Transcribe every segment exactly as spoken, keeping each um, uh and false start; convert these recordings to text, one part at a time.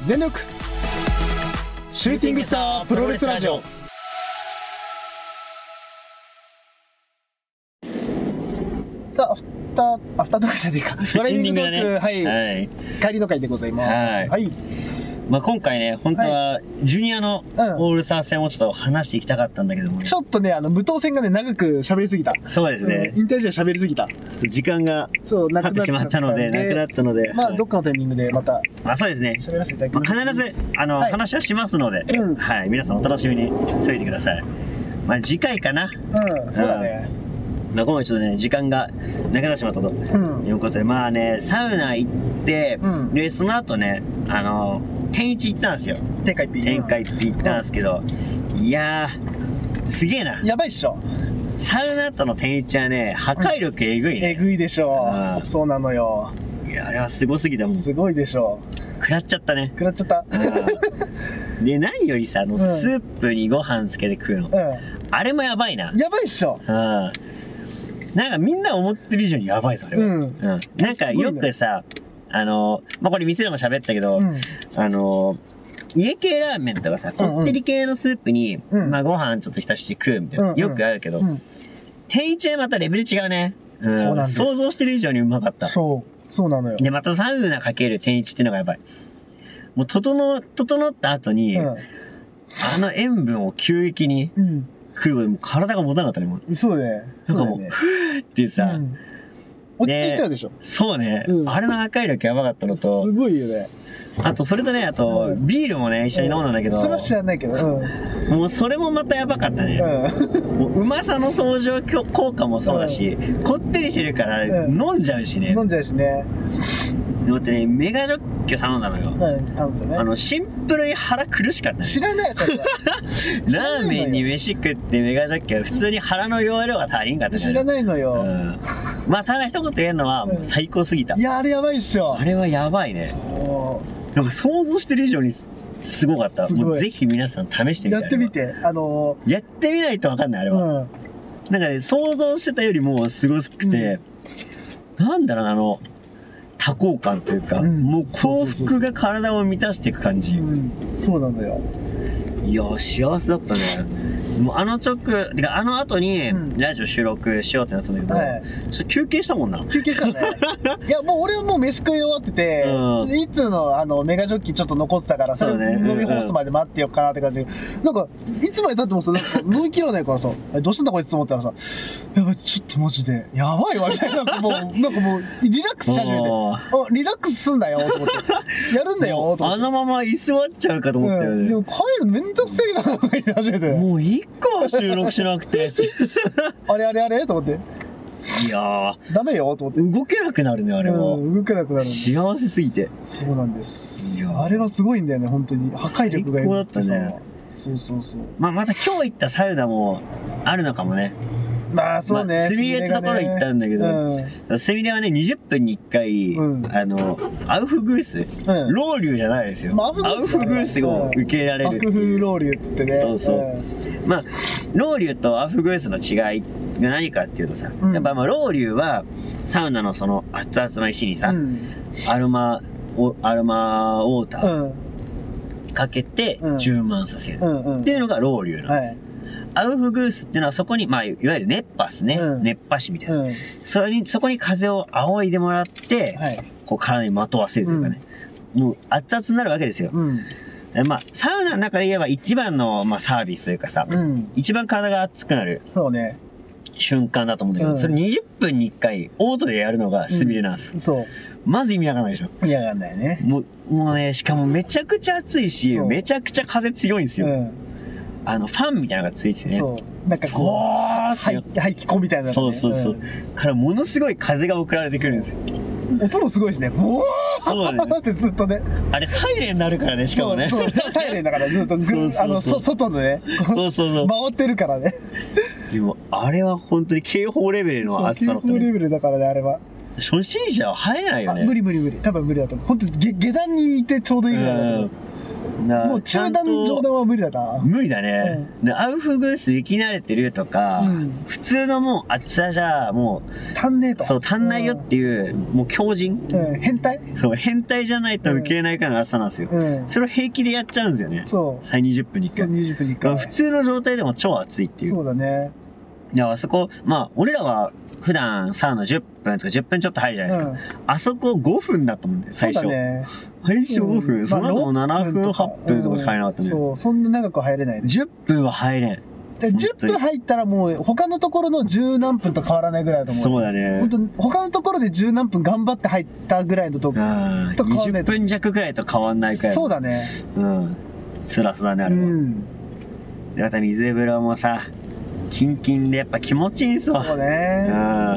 全力シューティングスタープロレスラジオ。さあ、アフターアフタートークじゃねえか、ドライビングトーク、はい、はい、帰りの会でございます。はい、はい、 まあ今回ね、本当はジュニアのオールスター戦をちょっと話していきたかったんだけども、ね、 ちょっとね、あの無党戦がね、長く喋りすぎた。 そうですね、 引退試合喋りすぎた。 ちょっと時間が経ってしまったので、なくなったので、 まあどっかのタイミングでまた、 あ、そうですね、 喋らせていただきます。 必ずあの話はしますので、はい、皆さんお楽しみにしておいてください。まあ次回かな。 うん、そうだね。 まあ今回ちょっとね、時間がなくなってしまったということで、まあね、サウナ行って、でその後ね、あの天一行ったんですよ。 天下一品。 天下一品行ったんですけど、いやー、すげえな。 やばいっしょ。 サウナとの天一はね、破壊力えぐいね。 えぐいでしょ。そうなのよ。 いや、あれはすごすぎたもん。 すごいでしょ。 食らっちゃったね。 食らっちゃった。 で、何よりさ、あの、スープにご飯つけて食うの。あれもやばいな。 やばいっしょ。 なんかみんな思ってる以上にやばいぞ、あれは。うん。なんかよくさ、あの、まあ、これ店でも喋ったけど、あの、家系ラーメンとかさ、こってり系のスープに、まあご飯ちょっと浸して食うみたいな、よくあるけど、天一はまたレベル違うね。そうなんです。想像してる以上にうまかった。 そう。そうなのよ。 で、またサウナかける天一っていうのがやばい。もう、整、整った後に、あの塩分を急激に、食うことでもう体が持たなかったね、もう。 そうね。 なんかもう、ふーっていうさ、 落ち着いちゃうでしょ。 そうね。あれの破壊力やばかったのと、 すごいよね。 あと、それとね、あと、ビールもね、一緒に飲んだんだけど、 それは知らないけど、 もうそれもまたやばかったね。もう、うまさの相乗効果もそうだし、こってりしてるから飲んじゃうしね。 飲んじゃうしね。 だってね、メガジョッキを頼んだのよ。あの、シンプルに腹苦しかったね。 知らない、それは。 ラーメンに飯食ってメガジョッキは普通に腹の容量が足りんかったじゃん。 知らないのよ。 まあ、ただ一言言えるのは、もう最高すぎた。 いや、あれやばいっしょ。 あれはやばいね。そう。なんか想像してる以上にすごかった。もうぜひ皆さん試してみて。 やってみて。あのやってみないとわかんない、あれは。なんかね、想像してたよりもすごくて、なんだろうな、あの、多幸感というか、もう幸福が体を満たしていく感じ。 そうなのよ。 いやー、幸せだったね。もうあの直、てかあの後にラジオ収録しようってなったんだけど、はい、ちょっと休憩したもんな。 休憩したね。いや、もう俺はもう飯食い終わってて、うん、いつのあのメガジョッキちょっと残ってたから、それ飲み干すまで待ってよっかなって感じで、なんか、いつまで経ってもさ、なんか飲みきらないからさ、どうしたんだこいつと思ったらさ、やばい、ちょっとマジで、やばいわ、みたいな。なんかもう、なんかもう、リラックスし始めて、あ、リラックスすんだよ、と思って。やるんだよ、と思って。 あのまま居座っちゃうかと思ったよね。 でも帰るのめんどくせえな、とか言って始めて。 もういっか、収録しなくて。 あれあれあれと思って。 いやー。 ダメよと思って。 動けなくなるね、あれは。 動けなくなる。 幸せすぎて。 そうなんです。いやあれはすごいんだよね、本当に。破壊力が最高だったね。 そうそうそう。 まあ、また今日行ったサウナもあるのかもね。 まあそうね。 すみれってところ行ったんだけど、すみれはね、にじゅっぷんにいっかい、あの、アウフグース、ロウリュじゃないですよ。アウフグースを受けられる。 爆風ロウリュってね。 そうそう。まあ、ロウリュとアウフグースの違いが何かっていうとさ、やっぱまあ、ロウリュはサウナのその熱々の石にさ、アロマ、アロマウォーターかけて充満させるっていうのがロウリュなんです。アウフグースっていうのはそこに、まあ、いわゆる熱波ですね。うん、熱波師みたいな。うん、それに、そこに風を仰いでもらって、はい、こう体にまとわせるというかね。うん、もう熱々になるわけですよ。うん、まあ、サウナの中で言えば一番の、まあ、サービスというかさ、うん、一番体が熱くなる。そうね。瞬間だと思うんだけど、うん、それにじゅっぷんにいっかいオートでやるのがスミレなんです。うん、そう。まず意味わかんないでしょ。 意味わかんないね。 もう、もうね、しかもめちゃくちゃ暑いし、めちゃくちゃ風強いんですよ。うんあの、ファンみたいなのがついててね。そう。なんかこう、排気口みたいな、ね。そうそうそう。うん、からものすごい風が送られてくるんですよ。 音もすごいしね。おーそうだね。 ってずっとね。 あれ、サイレンになるからね、しかもね。 そうそうサイレンだからずっとぐあの、そ、外のね。 そうそうそう。 回ってるからね。 でも、あれは本当に警報レベルの暑さだったね。 警報レベルだからね、あれは。 初心者は入れないよね。 無理無理無理。多分無理だと思う。本当に下段にいてちょうどいいぐらいだと思う。 もう中段上段は無理だな。 無理だね、うん、でアウフグース生き慣れてるとか、うん、普通のもう厚さじゃもう足んねえと、 そう足んないよっていう、うん、もう強靭、 うん、変態、 そう変態じゃないと受けれないからの厚さなんですよ、うん、それを平気でやっちゃうんですよね。そう最にじゅっぷんにいっかい、 にじゅっぷんにいっかい、 普通の状態でも超熱いっていう。 そうだね。 いやあそこまあ俺らは普段サウナじゅっぷんとかじゅっぷんちょっと入るじゃないですか、うん、あそこごふんだったもんね最初。そうだね、最初ごふん、うん、その後もななふんはっぷんとかしか入らなかったね、うん、 そうそんな長く入れないね。 じゅっぷんは入れん。 でじゅっぷん入ったらもう他のところの十何分と変わらないぐらいだと思う。 そうだね。 本当他のところで十何分頑張って入ったぐらいのとことにじゅっぷん弱ぐらいと変わんないくらい。 そうだね。 うん辛さだねあれは、うん、でまた水風呂もさキンキンでやっぱ気持ちいいんすわ。 そうね。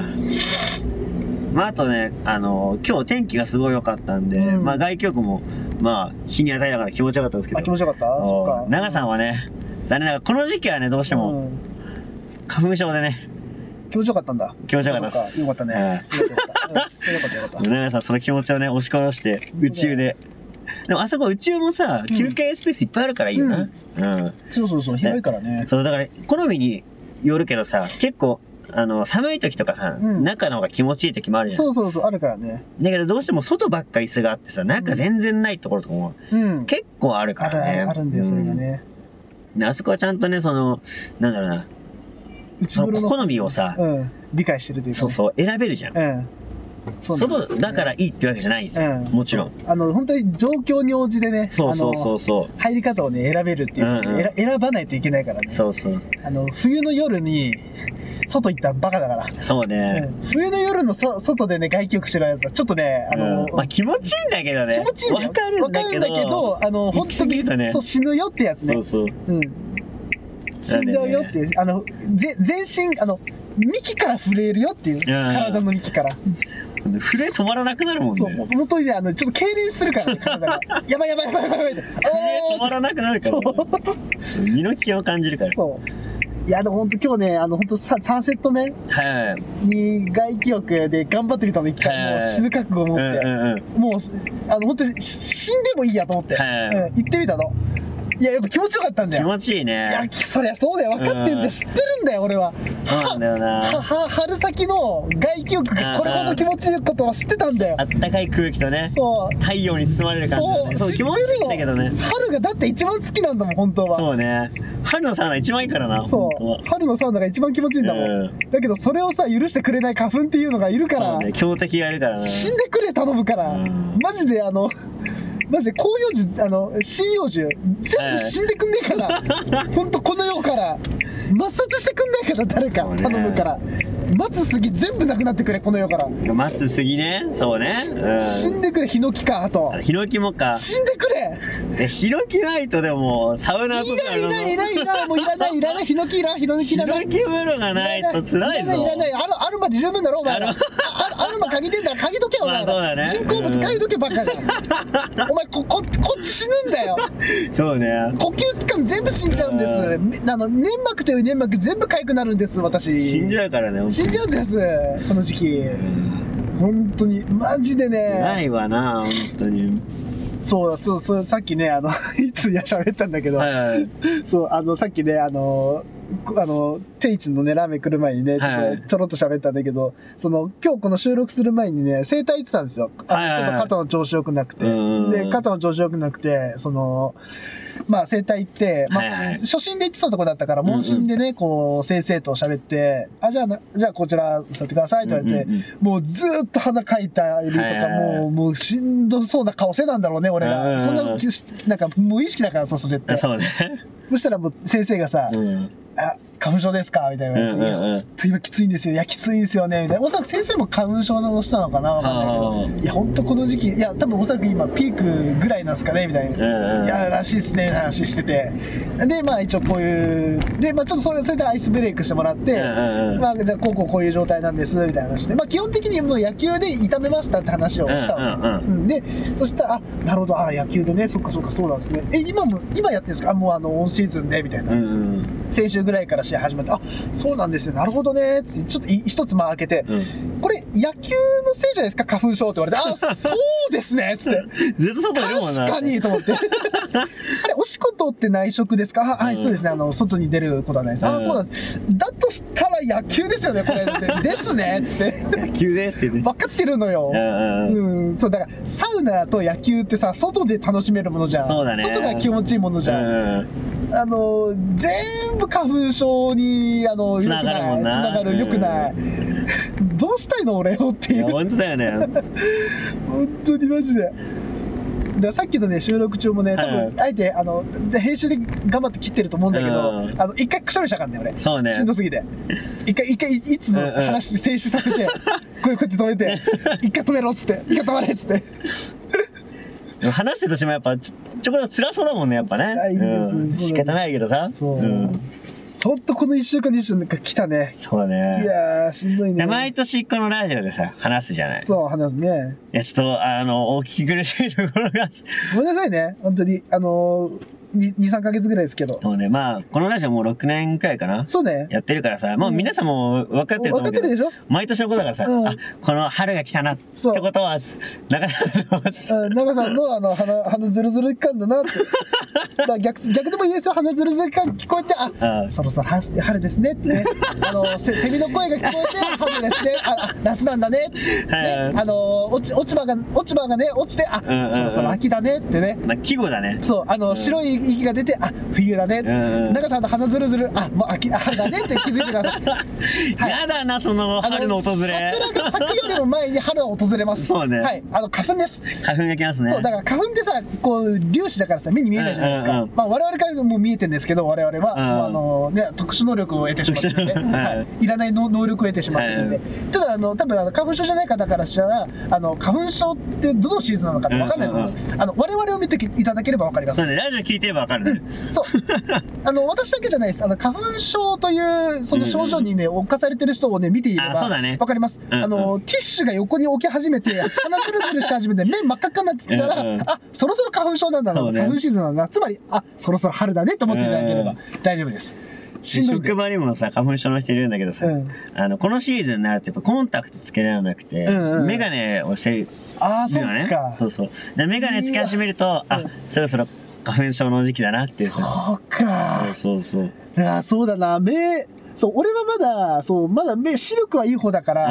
まああとね、あのー、今日天気がすごい良かったんで、うん、まあ外気浴もまあ日に当たりながら気持ちよかったんですけど。 あ、気持ちよかった。そっか。 長さんはね、残念ながらこの時期はねどうしても、うん、花粉症でね。 気持ちよかったんだ。 気持ちよかったです。 よかったね。よかったよかった。 長さんその気持ちをね押し殺して宇宙で。でもあそこ宇宙もさ休憩スペースいっぱいあるからいいよな。うん。うん、そうそうそう広いからね。 そうだから好みによるけどさ結構あの寒い時とかさ、うん、中の方が気持ちいい時もあるじゃん。 そうそうそうあるからね。 だけどどうしても外ばっか椅子があってさ中全然ないところとかも、うん、結構あるからね。 ある、あるんだよそれがね、 うん。あそこはちゃんとねそのなんだろうなその好みをさ、 うん、理解してるというか、ね、 そうそう選べるじゃん。うん外だからいいってわけじゃないんですよ、うん、もちろんあの本当に状況に応じてねそうそうそうそう入り方をね選べるっていう、うんうん、選ばないといけないからね。 そうそうあの冬の夜に外行ったらバカだから。 そうね、 うん、冬の夜のそ外でね外気浴してるやつはちょっとねあの、 うん、まあ気持ちいいんだけどね。 気持ちいいんだよ。 わかるんだけどわかるんだけどあの本当に、ね、そう死ぬよってやつね。そうそう、うん、死んじゃうよっていう、ね、あのぜ全身あの幹から震えるよっていう、体の幹から震え止まらなくなるもんね。 そう本当にねあのちょっと痙攣するからね体がやばいやばいやばいやばいやばいって震え止まらなくなるから、ね、身の危険を感じるから。 そういやでも本当今日ねあの本当さんセット目に外気浴で頑張ってみたの一回、もう死ぬ覚悟を持って、うんうんうん、もうあの本当に死んでもいいやと思って、うん、行ってみたの。いややっぱ気持ちよかったんだよ。 気持ちいいね。いやそりゃそうだよ分かってんだ、うん、知ってるんだよ俺は。 そうなんだよな。 はは春先の外気浴がこれほど気持ちいいことは知ってたんだよ。 あったかい空気とねそう太陽に包まれる感じだね。そう気持ちいいんだけどね。 春がだって一番好きなんだもん本当は。 そうね春のサウナ一番いいからな。 そう春のサウナが一番気持ちいいんだもん、うん、だけどそれをさ許してくれない花粉っていうのがいるから、 ね、強敵がいるからな。 死んでくれ頼むから、うん、マジであのマジで広葉樹、あの針葉樹全部死んでくんねえからほんとこの世から抹殺してくんねえから誰か頼むから、松杉全部なくなってくれこの世から。 松杉ねそうね、 うん、死んでくれヒノキか。あとヒノキもか死んでくれ。 ヒノキないとでもサウナとかいらないいらないいらないもういらないいらないヒノキいらんヒノキいらない。 ヒノキ風呂がないと辛いぞ。いらないいらないあるあるまで十分だろお前ら。あるま鍵出んだら鍵どけよお前ら、まあね、人工物鍵どけばっかがお前こここっち死ぬんだよ。 そうね呼吸器官全部死んじゃうんです。あの粘膜という粘膜全部痒くなるんです私。 死んじゃうからね死んじゃうんですこの時期。本当にマジでねないわな本当に。 そうそうそうさっきねあのいつや喋ったんだけど、はいはい、そうあのさっきねあのあのテイチのねラーメン来る前にねちょっとちょろっと喋ったんだけど、はい、その今日この収録する前にね整体行ってたんですよ。あの、はいはいはい、ちょっと肩の調子良くなくてで肩の調子良くなくてそのまあ整体行って、まあはいはい、初心で行ってたとこだったから問診でね、うんうん、こう先生と喋ってあじゃあなじゃあこちら座ってくださいと言われて、うんうんうん、もうずーっと鼻かいたりとか、はいはいはい、もうもうしんどそうな顔してたんだろうね俺が。そんななんか無意識だからさそれって。 そうね。 そしたらもう先生がさ、うんあ、花粉症ですかみたいな言われて、うんうんうん、今きついんですよ。いや、きついんですよね。みたいな。おそらく先生も花粉症の人なのかなわかんないけど、いや、ほんとこの時期、いや、多分おそらく今ピークぐらいなんですかねみたいな。うんうん、いや、らしいっすね、みたいな話してて。で、まあ一応こういう、で、まあちょっとそれそれでアイスブレイクしてもらって、うんうん、まあじゃあこうこうこういう状態なんです、みたいな話で、まあ基本的にもう野球で痛めましたって話をしたの、うんうんうん、で、そしたら、あ、なるほど、あ、野球でね、そっかそっかそうなんですね。え、今も、今やってるんですか？あ、もうあの、オンシーズンで、みたいな。うんうん先週ぐらいから試合始まって、あ、そうなんですね、なるほどねって、ちょっと一つ間開けて、うん、これ、野球のせいじゃないですか、花粉症って言われて、あ、そうですねっつって、 ずっと外いるもんな。 確かにと思って。 あれおしっこ通って内職ですか？あ、はい、そうですね。あの外に出ることはないです。あ、そうなんです。だとしたら野球ですよね、これ。ですねっつって。 野球ですって言って。 分かってるのよ。うん、そうだからサウナと野球ってさ、外で楽しめるものじゃん。 そうだね。 外が気持ちいいものじゃん。あの全部花粉症にあのつながるもんな。 つながる、よくない。どうしたいの俺をっていう。 本当だよね。 本当にマジで。でさっきのね収録中もね、多分あえてあの編集で頑張って切ってると思うんだけど、うん、あの一回くしゃみしたかんね俺。そうね。しんどすぎて。一回一回いつの話静止させて、こういうこうやって止めて、一回止めろっつって、一回止まれっつって。 話してるとしてもやっぱちょちょこっと辛そうだもんねやっぱね。辛いんです。仕方ないけどさ。そう。 ほんとこのいっしゅうかんにいっしゅうかん来たね。 そうだね。 いやーしんどいね。 毎年このラジオでさ話すじゃない。 そう話すね。 いやちょっとあのお聞き苦しいところが。 ごめんなさいね本当にあのー。に、さんかげつぐらいですけど。 そうね、まあ、このラジオもうろくねんくらいかな。 そうね。 やってるからさ、もう皆さんも分かってると思うけど。分かってるでしょ？毎年のことだからさ、うん、あ、この春が来たなってことは、中田さんの、中さんのあの、鼻、鼻ずるずる期間だなって。だから逆、逆でもいいですよ、鼻ずるずる期間聞こえて、あ、そろそろ春ですねってね。あの、セミの声が聞こえて、春ですね。あ、夏なんだね。ね、あの、落ち、落ち葉が、落ち葉がね、落ちて、あ、そろそろ秋だねってね。 まあ、季語だね。 そう、あの、白い息が出て、あ、冬だね。中さんの鼻ずるずる、あ、もう秋、春だねって気づいてください。 やだな、その春の訪れ。 桜が咲くよりも前に春は訪れます。 そうね。 はい、あの花粉です。 花粉が来ますね。 そう、だから花粉ってさ、こう粒子だからさ、目に見えないじゃないですか。まあ、我々からも見えてるんですけど、我々は、あの、ね、特殊能力を得てしまってるんで、はい、いらない能力を得てしまってるんで。ただ、あの、多分、花粉症じゃない方からしたら、あの、花粉症ってどのシーズンなのかって分かんないと思います。あの、我々を見ていただければ分かります。 そうね、ラジオ聞いてれば分かるね。 そう。あの、私だけじゃないです。あの、花粉症という、その症状にね、侵されてる人をね、見ていれば、わかります。あの、ティッシュが横に置き始めて、鼻ずるずるし始めて、目真っ赤っかになってきたら、あ、そろそろ花粉症なんだな、花粉シーズンなんだな。つまり、あ、そろそろ春だねと思っていただければ大丈夫です。 職場にもさ、花粉症の人いるんだけどさ、あの、このシーズンになるとやっぱコンタクトつけられなくて、メガネをしてる。 ああ、そうか。 そうそう。で、メガネつけ始めると、あ、そろそろ花粉症の時期だなっていうさ。そうか。 そうそうそう。ああ、そうだな。目、そう、俺はまだ、そう、まだ目、視力はいい方だから、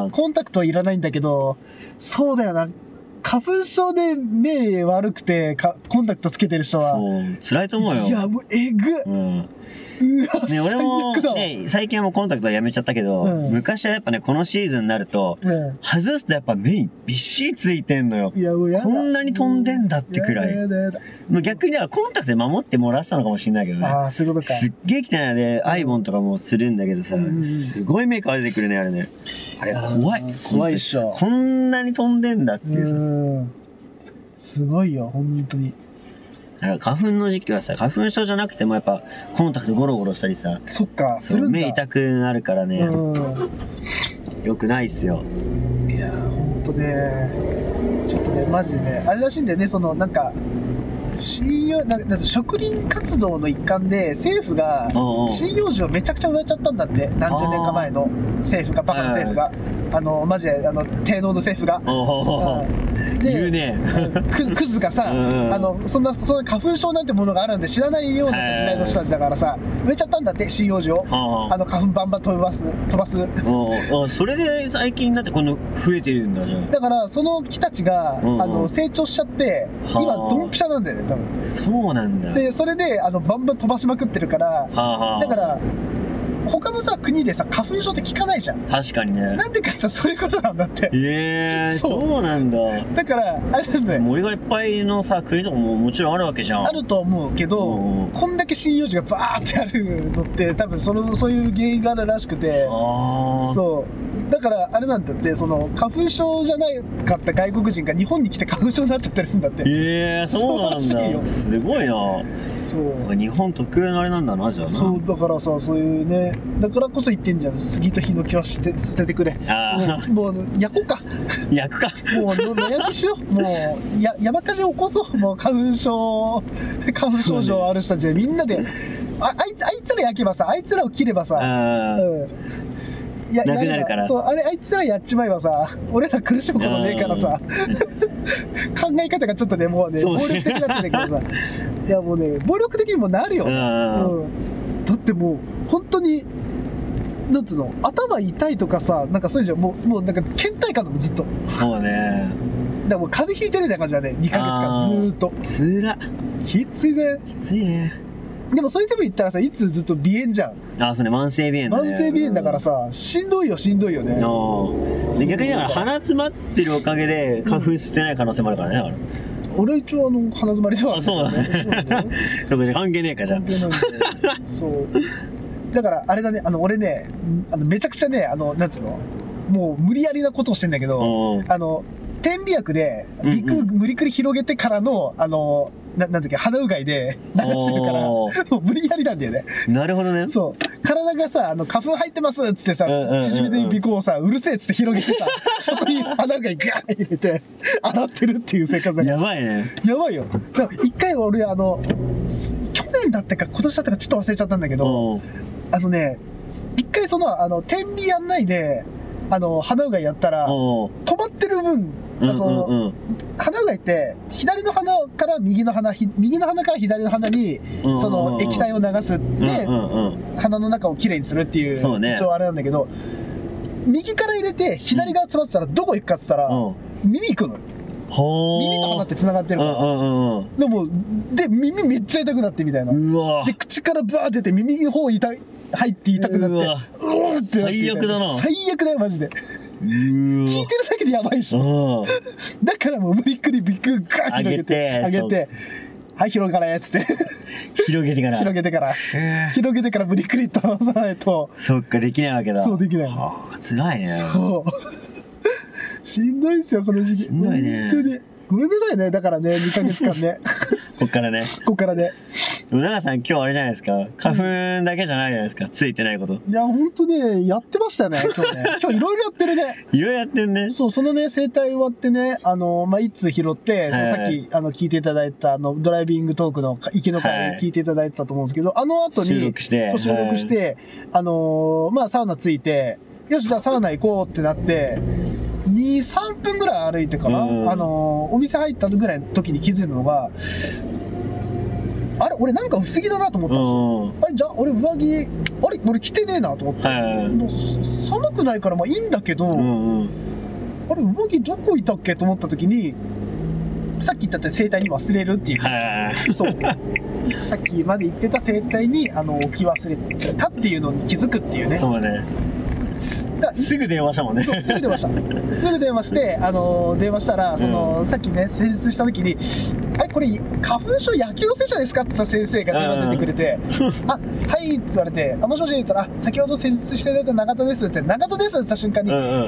コンタクトはいらないんだけど、そうだよな。花粉症で目悪くてかコンタクトつけてる人は。 そう、辛いと思うよ。 いや、もうえぐっ。 うんね、俺も、ね、最近はもうコンタクトはやめちゃったけど、うん、昔はやっぱね、このシーズンになると、うん、外すとやっぱ目にびっしりついてんのよ。いや、もうやだ。こんなに飛んでんだってくらい。やだやだ。もう逆にはコンタクトで守ってもらってたのかもしれないけどね。ああ、そういうことか。すっげえ汚いので、アイボンとかもするんだけどさ、うん、すごい目から出てくるね、あれね。あれ怖い。 怖いっしょ。 こんなに飛んでんだっていうさ。うんすごいよ、本当に。 花粉の時期はさ、花粉症じゃなくてもやっぱコンタクトゴロゴロしたりさ、 そっか、 するんだ。目痛くなるからね、よくないっすよ。 いやー、ほんとね、ちょっとね、マジでね、あれらしいんだよね、そのなんか、針葉なんか植林活動の一環で政府が針葉樹をめちゃくちゃ植えちゃったんだって、何十年か前の政府が、バカな政府が、あのマジであの低能の政府が。 言うね。 クズがさ、あのそんなそんな花粉症なんてものがあるんで知らないような時代の人たちだからさ、植えちゃったんだって針葉樹を。あの花粉バンバン飛ばす飛ばす。 あ、それで最近になってこの増えてるんだじゃん。 だからその木たちがあの成長しちゃって今ドンピシャなんだよね多分。 そうなんだ。 でそれであのバンバン飛ばしまくってるから、だから。他のさ国でさ花粉症って効かないじゃん。 確かにね。 なんでかさそういうことなんだって。 ええー、そうなんだ。 だからあれなんだよ。 森がいっぱいのさ国とかももちろんあるわけじゃん。 あると思うけど、こんだけ針葉樹がバーってあるのって多分そのそういう原因があるらしくて。ああ。そうだからあれなんだって、その花粉症じゃなかった外国人が日本に来て花粉症になっちゃったりするんだって。 ええー、そうなんだ。すごいな。そう日本特有のあれなんだな、じゃあな。そうだからさ、そういうね、だからこそ言ってんじゃん、杉とヒノキはして捨ててくれ。ああもう焼こうか。 焼くか。 もう野焼きしよう。もうや山火事起こそう。もう花粉症花粉症状ある人たちでみんなで、ああいあいつら焼けばさ、あいつらを切ればさ、うん、 やなくなるから。 そう、あれあいつらやっちまえばさ、俺ら苦しむことねえからさ、考え方がちょっとねもうね暴力的になってたけどさ、いやもうね暴力的にもなるよ、ね、うん、だってもう本当になんつうの、頭痛いとかさ、なんかそういうじゃん、もうもうなんか倦怠感だもんずっと。 そうね。 だからもう風邪ひいてるみたいな感じだね、にかげつかんずーっと。 つら。 きついぜ。 きついね。 でもそういうとこ言ったらさ、いつずっと鼻炎じゃん。 あ、そうね、慢性鼻炎だね。 慢性鼻炎だからさ、しんどいよしんどいよね。 あで逆にだから鼻詰まってるおかげで花粉吸ってない可能性もあるからね、だから。 俺一応あの鼻詰まりではある。 あ、そうだね。関係ねえかじゃん。 関係ないんだよ。そう。だからあれだね、あの俺ね、あのめちゃくちゃね、あのなんつうの、もう無理やりなことをしてんだけど、あの点鼻薬で鼻腔無理くり広げてからの、あのななんだっけ、鼻うがいで流してるから、もう無理やりなんだよね。 なるほどね。 そう。体がさ、あの花粉入ってますっつってさ、縮めて鼻孔をさ、うるせえっつって広げてさ、そこに鼻うがいガーン入れて洗ってるっていう生活だ。 やばいね。 やばいよ。だから一回は俺あの去年だってか今年だったかちょっと忘れちゃったんだけど、あのね、一回そのあの点鼻やんないであの鼻うがいやったら止まってる分、その鼻うがいって左の鼻から右の鼻、右の鼻から左の鼻にその液体を流すって鼻の中をきれいにするっていう一応あれなんだけど、右から入れて左側詰まってたらどこ行くかっつったら耳行くの。耳と鼻って繋がってるから、でもで耳めっちゃ痛くなってみたいな、で口からバー出て耳の方痛い入って痛くなって、うわーってなって、 最悪だな。 最悪だよマジで。聞いてるだけでやばいでしょ。だからもう無理くりビッグガーッ広げて上げて、はい広がらやつって広げてから広げてから広げてから無理くりとさないと、 そっかできないわけだ。 そうできない。 辛いね。 そうしんどいですよこの時期。 しんどいね。 本当にごめんなさいね、だからねにかげつかんね。 こっからね。 こっからね。 でも長さん今日あれじゃないですか。花粉だけじゃないじゃないですか。ついてないこと。 いや本当ねやってましたね今日ね。今日いろいろやってるね。 いろいろやってんね。 そうそのね整体終わってね、あのまあいつ拾って、はい、さっきあの聞いていただいたあのドライビングトークの池の会聞いていただいてたと思うんですけど、はい、あの後に収録してそう収録して、はい、あのまあサウナついて、よしじゃあサウナ行こうってなって。に、さんぷんぐらい歩いてかな、うん、あのお店入ったぐらいの時に気づいたのが、あれ俺なんか不思議だなと思ったんですよ、うん、あれじゃあ俺上着あれ俺着てねえなと思って、はい、もう寒くないからまあいいんだけど、うんうん、あれ上着どこいたっけと思った時に、さっき言ったって整体に忘れるっていう、はい、そうさっきまで言ってた整体にあの置き忘れたっていうのに気づくっていうね。 そうね。すぐ電話したもんね。 すぐ電話したすぐ電話して、あのー、電話したらその、うん、さっきね施術した時に「あれこれ花粉症野球選手ですか?」って言った先生が電話出てくれて「あはい」って言われて「あもしもし」って言ったら「先ほど施術していただいた永田です」って「永田です」って言った瞬間に、うんうん、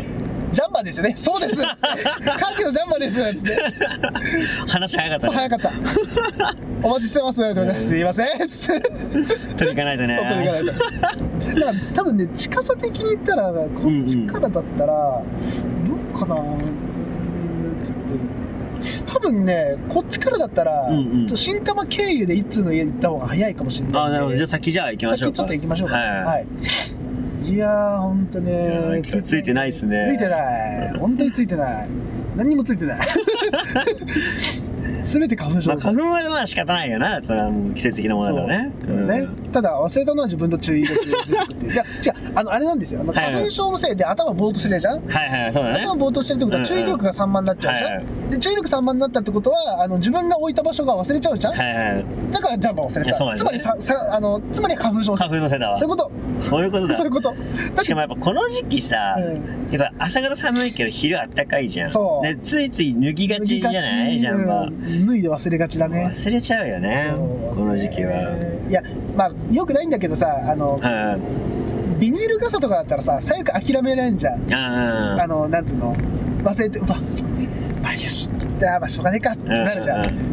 ジャンバーですよね。そうです。歓喜のジャンバーです。つって。 話早かったね。 早かった。お待ちしてます。すいません。つって。 取り行かないとね。 そう取り行かないと。だから多分ね近さ的に言ったらこっちからだったら、うんうん、どうかな。つって。多分ねこっちからだったら、うんうん、新蒲経由で一通の家行った方が早いかもしれないんで。 あなるほど。じゃあ先じゃあ行きましょうか。 先ちょっと行きましょうか。はい。はいいやー、ほんとねー。ついてないっすね。 ついてない。ほんとについてない。何にもついてない。すべて花粉症。 まあ、花粉はまあ仕方ないよな。それはもう季節的なものだからね。 うんね。ただ、忘れたのは自分の注意力ですって。いや、違う、あの、あれなんですよ。あの花粉症のせいで頭ぼーっとしてるじゃん。 はいはい、そうだね。 頭ぼーっとしてるってことは注意力が散漫になっちゃうじゃん。で、注意力散漫になったってことは、あの、自分が置いた場所が忘れちゃうじゃん。はいはい。だからジャンバー忘れた。つまりさ、さ、あの、つまり花粉症。 花粉のせいだわ。 そういうこと。 そういうことだ。 そういうこと。 しかもやっぱこの時期さ、やっぱ朝方寒いけど昼あったかいじゃん。そう。で、ついつい脱ぎがちじゃないジャンバー。 脱いで忘れがちだね。 忘れちゃうよね。この時期は。 いや、まあ、よくないんだけどさ、あの、ビニール傘とかだったらさ、最悪諦められんじゃん。あの、なんつうの、忘れて、うわ、まあ、よし、まあ、しょうがねえかってなるじゃん。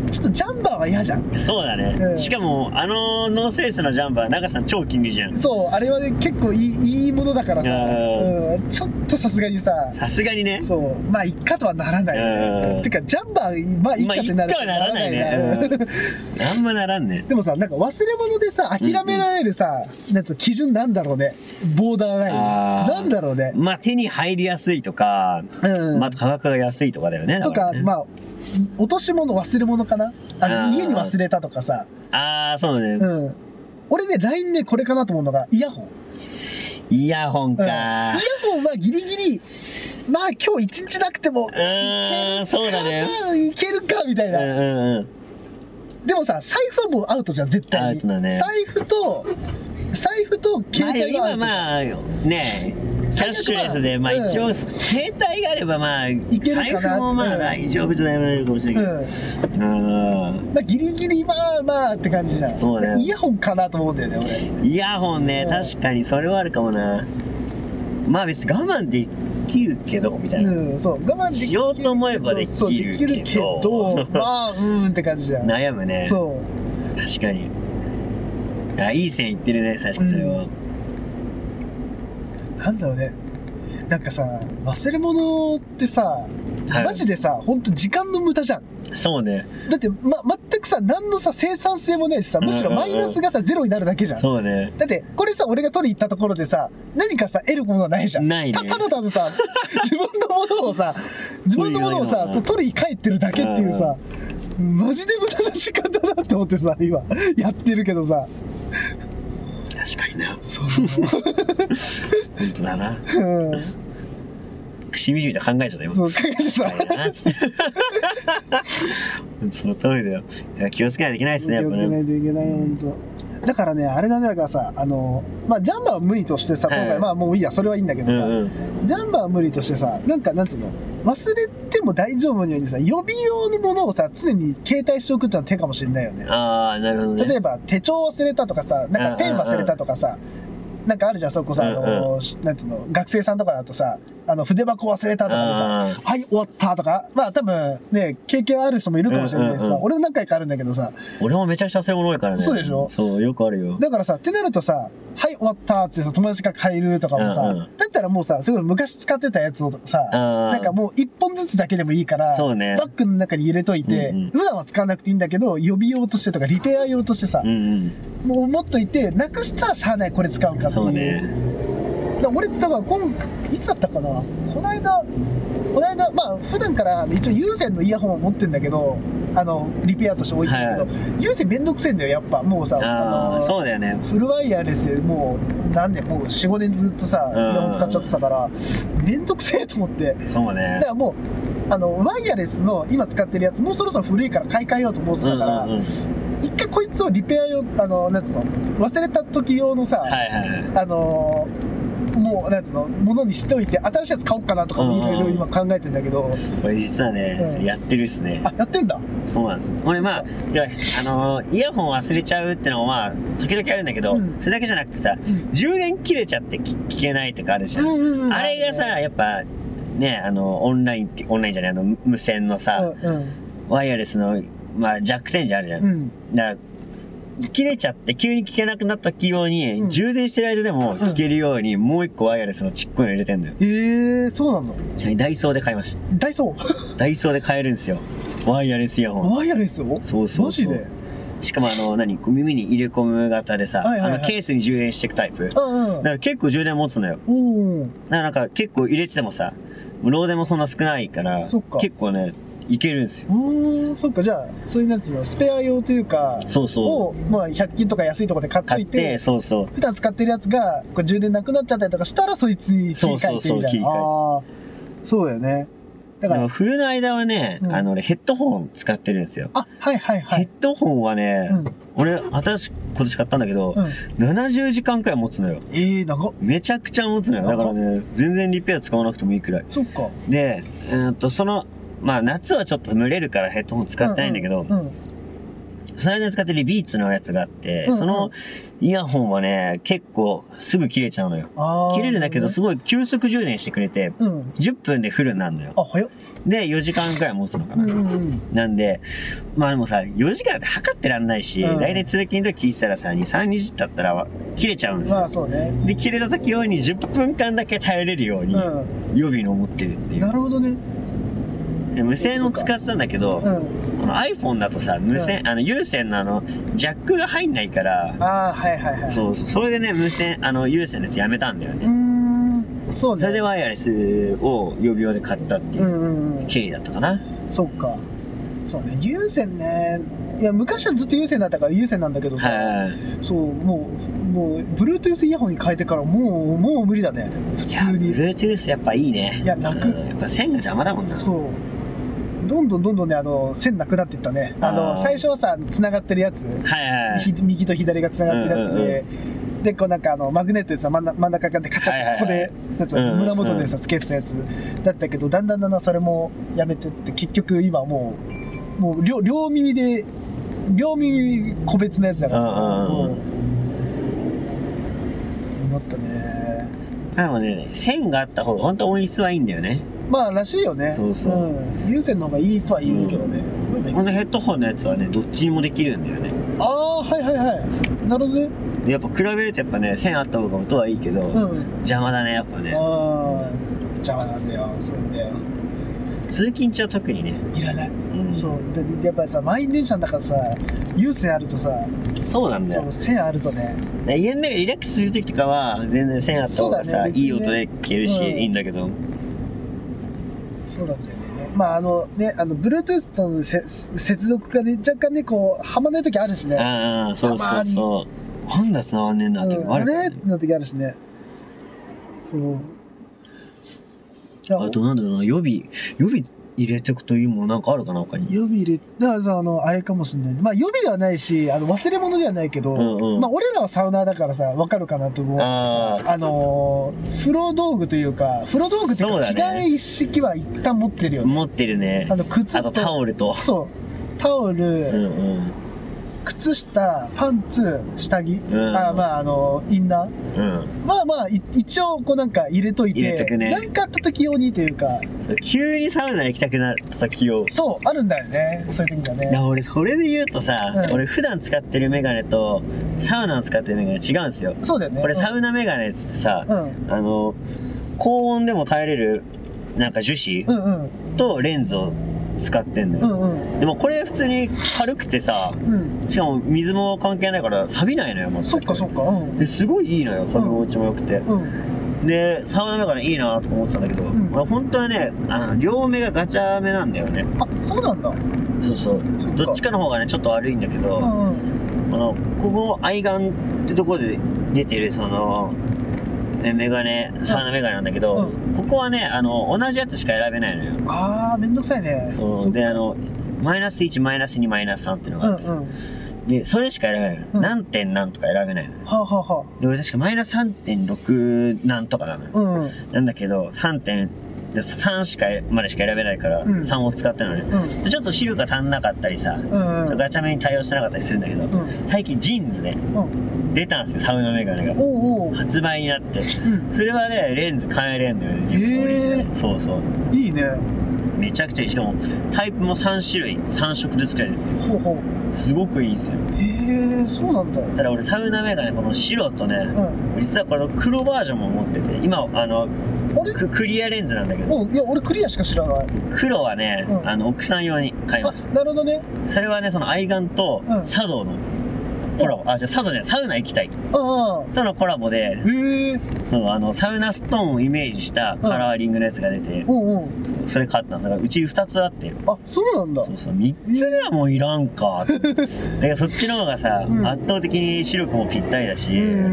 ちょっとジャンバーは嫌じゃん。 そうだね、うん、しかもあのノースフェイスのジャンバー長さん超気に入りじゃん。 そうあれはね結構いいいいものだからさ、うん、ちょっとさすがにささすがにねそうまあいっかとはならないよね。てかジャンバーまあいっかってなる、 まあ、いっかはならないね、うん、あんまならんね。 でもさなんか忘れ物でさ諦められるさ、うんうん、なんつう基準なんだろうね。ボーダーラインなんだろうね。 まあ手に入りやすいとか、うん、まあ価格が安いとかだよね。 とか、ね、まあ落とし物忘れ物かなあの家に忘れたとかさ。 ああそうね、 うん、俺ね ライン ねこれかなと思うのがイヤホン。 イヤホンか、うん、イヤホンはギリギリまあ今日一日なくてもいけるかそうだねいけるかみたいな、うんうんうん、でもさ財布はもうアウトじゃん絶対に。 アウトだね。 財布と財布と携帯が今まあねキャッシュレスでまあ一応、うん、携帯があればまあいけるかな。財布もまあ大丈夫じゃないかもしれないけど、うん、 まあギリギリまあまあって感じじゃん。そうね。イヤホンかなと思うんだよね俺。 イヤホンね、うん、確かにそれはあるかもな。まあ別に我慢できるけどみたいな、うん、そう我慢できるしようと思えばできるけど、できるけどまあうんって感じじゃん。 悩むね。そう確かに。あいい線いってるね確かそれは、 うん、なんだろうね。なんかさ忘れ物ってさ、はい、マジでさほんと時間の無駄じゃん。 そうね。 だって、ま、全くさ何のさ生産性もないしさむしろマイナスがさゼロになるだけじゃん。 そうね。 だってこれさ俺が取り行ったところでさ何かさ得るものはないじゃん。 ないね。 たただたださ自分のものをさ自分のものをさそう取り帰ってるだけっていうさマジで無駄な時間だなって思ってさ今やってるけどさ。 確かにな。 そう本当だな。うんしみじみと考えちゃったよ。 そう考えちゃった。 その通りだよ。いや気をつけないといけないですね。 気をつけないといけない本当。だからねあれだねだからさあのまあジャンバーは無理としてさ今回、はい、まあもういいやそれはいいんだけどさ、うんうん、ジャンバーは無理としてさなんかなんつうの忘れても大丈夫なようにさ予備用のものをさ常に携帯しておくってのは手かもしれないよね。 ああなるほどね。 例えば手帳忘れたとかさなんかペン忘れたとかさ。なんかあるじゃんそこさ、あのー、なんていうの学生さんとかだとさあの筆箱忘れたとかでさはい終わったとかまあ多分ね経験ある人もいるかもしれないしさ、うんうんうん、俺も何回かあるんだけどさ俺もめちゃくちゃ忘れ物多いからね。 そうでしょ。 そうよくあるよ。 だからさってなるとさはい終わったってさ友達が帰るとかもさ、うんうん、だったらもうさすごい昔使ってたやつをさなんかもう一本ずつだけでもいいからそう、ね、 バッグの中に入れといて、うんうん、普段は使わなくていいんだけど予備用としてとかリペア用としてさ、うんうん、もう持っといてなくしたらしゃあないこれ使うかっていう。そうね。だ俺だから今いつだったかなこの間この間まあ普段から一応有線のイヤホンを持ってんだけどあのリペアとして置いてるけど、はい、有線めんどくせえんだよやっぱもうさああそうだよね。 フルワイヤレスでもう何年もう よん,ご 年ずっとさイヤホン使っちゃってたからめんどくせえと思って。 そうね。 だからもうあのワイヤレスの今使ってるやつもうそろそろ古いから買い替えようと思ってたから、うんうんうん一回こいつをリペア用あのなんつうの忘れた時用のさ、はいはいはい、あのもうなんつうのものにしておいて新しいやつ買おうかなとかもいろいろ今考えてんだけどこれ実はね、うん、やってるっすね。 あやってんだ。 そうなんです。これまああのイヤホン忘れちゃうってのもまあ時々あるんだけど、うん、それだけじゃなくてさ、うん、充電切れちゃって聞けないとかあるじゃん、うんうんうん、あれがさやっぱねあのオンラインってオンラインじゃないあの無線のさ、うんうん、ワイヤレスのまあ弱点じゃあるじゃん、うん、だから切れちゃって急に聞けなくなった時用に、うん、充電してる間でも聞けるように、うん、もう一個ワイヤレスのちっこいの入れてんだよ。 えー、そうなんだ。 ちなみにダイソーで買いました。 ダイソーダイソーで買えるんですよワイヤレスイヤホン。 ワイヤレスをそうそうそう。 マジで。 しかもあの何耳に入れ込む型でさ、はいはいはい、あのケースに充電していくタイプ、うんうん、だから結構充電持つのよ。おだからなんか結構入れててもさ漏電もそんな少ないから結構ねいけるんですよ。 うんそっかじゃあそういうやつのスペア用というかそうそうを、まあ、ひゃく均とか安いところで買っていて買ってそうそう普段使ってるやつがこれ充電なくなっちゃったりとかしたらそいつに切り替えてみたいな。そうそうそう切り替えて。ああそうだよね。 だから冬の間はね、うん、あの俺ヘッドホン使ってるんですよ。 あはいはいはい。 ヘッドホンはね、うん、俺新しく今年買ったんだけど、うん、ななじゅうじかんくらい持つのよ。ええー、長っ。めちゃくちゃ持つのよ。だからね全然リペア使わなくてもいいくらい。 そっか。 でえー、っとそのまあ夏はちょっと蒸れるからヘッドホン使ってないんだけど、うんうんうん、 その間に使ってるビーツのやつがあって、 うんうん、 そのイヤホンはね、結構すぐ切れちゃうのよ。切れるんだけど、すごい急速充電してくれて、うん、じゅっぷんでフルになるのよ。 あ、早っ。 で、よじかんくらい持つのかな。うんうん、なんで、まあでもさ、よじかんって測ってらんないし、うん、大体通勤の時聞いてたらさ、に、さんにじ経ったら切れちゃうんですよ。 まあそうね。 で、切れた時用にじゅっぷんかんだけ耐えれるように、予備の持ってるっていう。 なるほどね。 無線を使ってたんだけど、うん、この iPhone だとさ、無線、うん、あの有線のあのジャックが入んないから、 ああ、はいはいはい。 そうそう、それでね、無線、あの有線のやつやめたんだよね。 うーん、そうね。 それでワイヤレスを予備用で買ったっていう経緯だったかな。うんうんうん、そっか。そうね、有線ね。いや、昔はずっと有線だったから有線なんだけどさ、はい、そう、もう、もう、Bluetooth イヤホンに変えてからもう、もう無理だね。普通に。 Bluetooth やっぱいいね。 いや、楽。 うん、やっぱ線が邪魔だもんな。 そう。どんどんどんどんね、あの線なくなっていったね。あの最初はさ、つながってるやつ、はいはい、右と左がつながってるやつで、うんうん、でこうなんかあのマグネットでさ、真ん真ん中でカチャッとここでやつ、胸元でさつけてたやつだったけど、だんだんだんだんそれもやめてって、結局今もうもう 両, 両耳で両耳個別のやつだからさ、もうなったね。 でもね、線があった方が本当音質はいいんだよね。 まあらしいよね。 そうそう、 うん、有線の方がいいとは言うけどね、 うん、このヘッドホンのやつはね、どっちにもできるんだよね。 ああ、はいはいはい、なるほどね。 でやっぱ比べるとやっぱね、線あった方が音はいいけど、うん、邪魔だね、やっぱね。 ああ、邪魔なんだよ、それだよ。 通勤中は特にね、 いらない、うん、そうで、やっぱりさ、満員電車の中さ、有線あるとさ、 そうなんだよ、 そう線あるとね、 家の中でリラックスする時とかは全然線あった方がさ、ね、いい音で聞けるし、うん、いいんだけど、 そうなんだよね。まああのね、あの Bluetooth との接続がね、若干ね、こうはまんない時あるしね。 ああ、そうそうそう。なんだ繋がんねえんだってあるね。の時あるしね。そう。 あとなんだろうな、予備予備入れてくというものなんかあるかな、他に。 予備入れ、だからさ、あのあれかもしれない。まあ予備ではないし、あの忘れ物ではないけど、うんうん、まあ俺らはサウナーだからさ、わかるかなと思う。ああの風呂道具というか、風呂道具っていうか、着替え一式は一旦持ってるよね。 持ってるね。 あの靴と、 あとタオルと。 そう、タオル。うんうん、靴下、パンツ、下着、うん、あまああのインナー、うん、まあまあ一応こうなんか入れといて、入れとくね、なんかあった時用にというか、 急にサウナ行きたくなった時用、 そうあるんだよね、そういう時だね。 いや俺それで言うとさ、うん、俺普段使ってるメガネとサウナを使ってるメガネ違うんですよ。 そうだよね。 これサウナメガネっつってさ、うん、あの高温でも耐えれるなんか樹脂、うんうん、とレンズを使ってんのよ、うんうん、でもこれ普通に軽くてさ、うん、しかも水も関係ないから錆びないのよ、 そっかそっか、うん、 ですごいいいのよ、肌持ちも良くて、うん、でサウナメガネいいなと思ってたんだけど、うん、俺本当はね、あの両目がガチャ目なんだよね。 あ、そうなんだ。 そうそう、どっちかの方がねちょっと悪いんだけど、うんうん、このここ愛眼ってところで出てるそのメガネ、サウナメガネなんだけど、うん、ここはね、あの同じやつしか選べないのよ。 あー、めんどくさいね。 そうで、あのマイナスいち、マイナスに、マイナスさんっていうのがあるんですよ、うんうん、でそれしか選べないの、うん、何点何とか選べないのよ、はあはあ、で俺確かマイナス さんてんろく 何とかなのよ、うんうん、なんだけどさんてんさんしかまでしか選べないから、うん、さんを使ってるのね、うん、ちょっと視力が足んなかったりさ、うんうん、ガチャ目に対応してなかったりするんだけど、うん、最近ジーンズで、うん出たんですよ、サウナメガネがおうおう発売になって、うん、それはねレンズ変えれんのよね、自分のレンズ。そうそう、 いいね、 めちゃくちゃいい。しかもタイプもさんしゅるいさんしょくずつくらいですよ。ほうほう、すごくいいんですよ。 へえ、そうなんだ。 ただ俺サウナメガネこの白とね、うん、実はこの黒バージョンも持ってて、今あのあれ ク, クリアレンズなんだけど、 いや俺クリアしか知らない。 黒はね、うん、あの奥さん用に買いました。 あ、なるほどね。 それはね、その愛眼と茶道のコラボ、あ、じゃあ茶道じゃない、サウナ行きたいとのコラボで、へそうあのサウナストーンをイメージしたカラーリングのやつが出て、うん、それ買ったんです。うちふたつあって、 あ、そうなんだ。 そうそう、みっつめはもういらんかだからそっちの方がさ、うん、圧倒的に視力もぴったりだし、うん、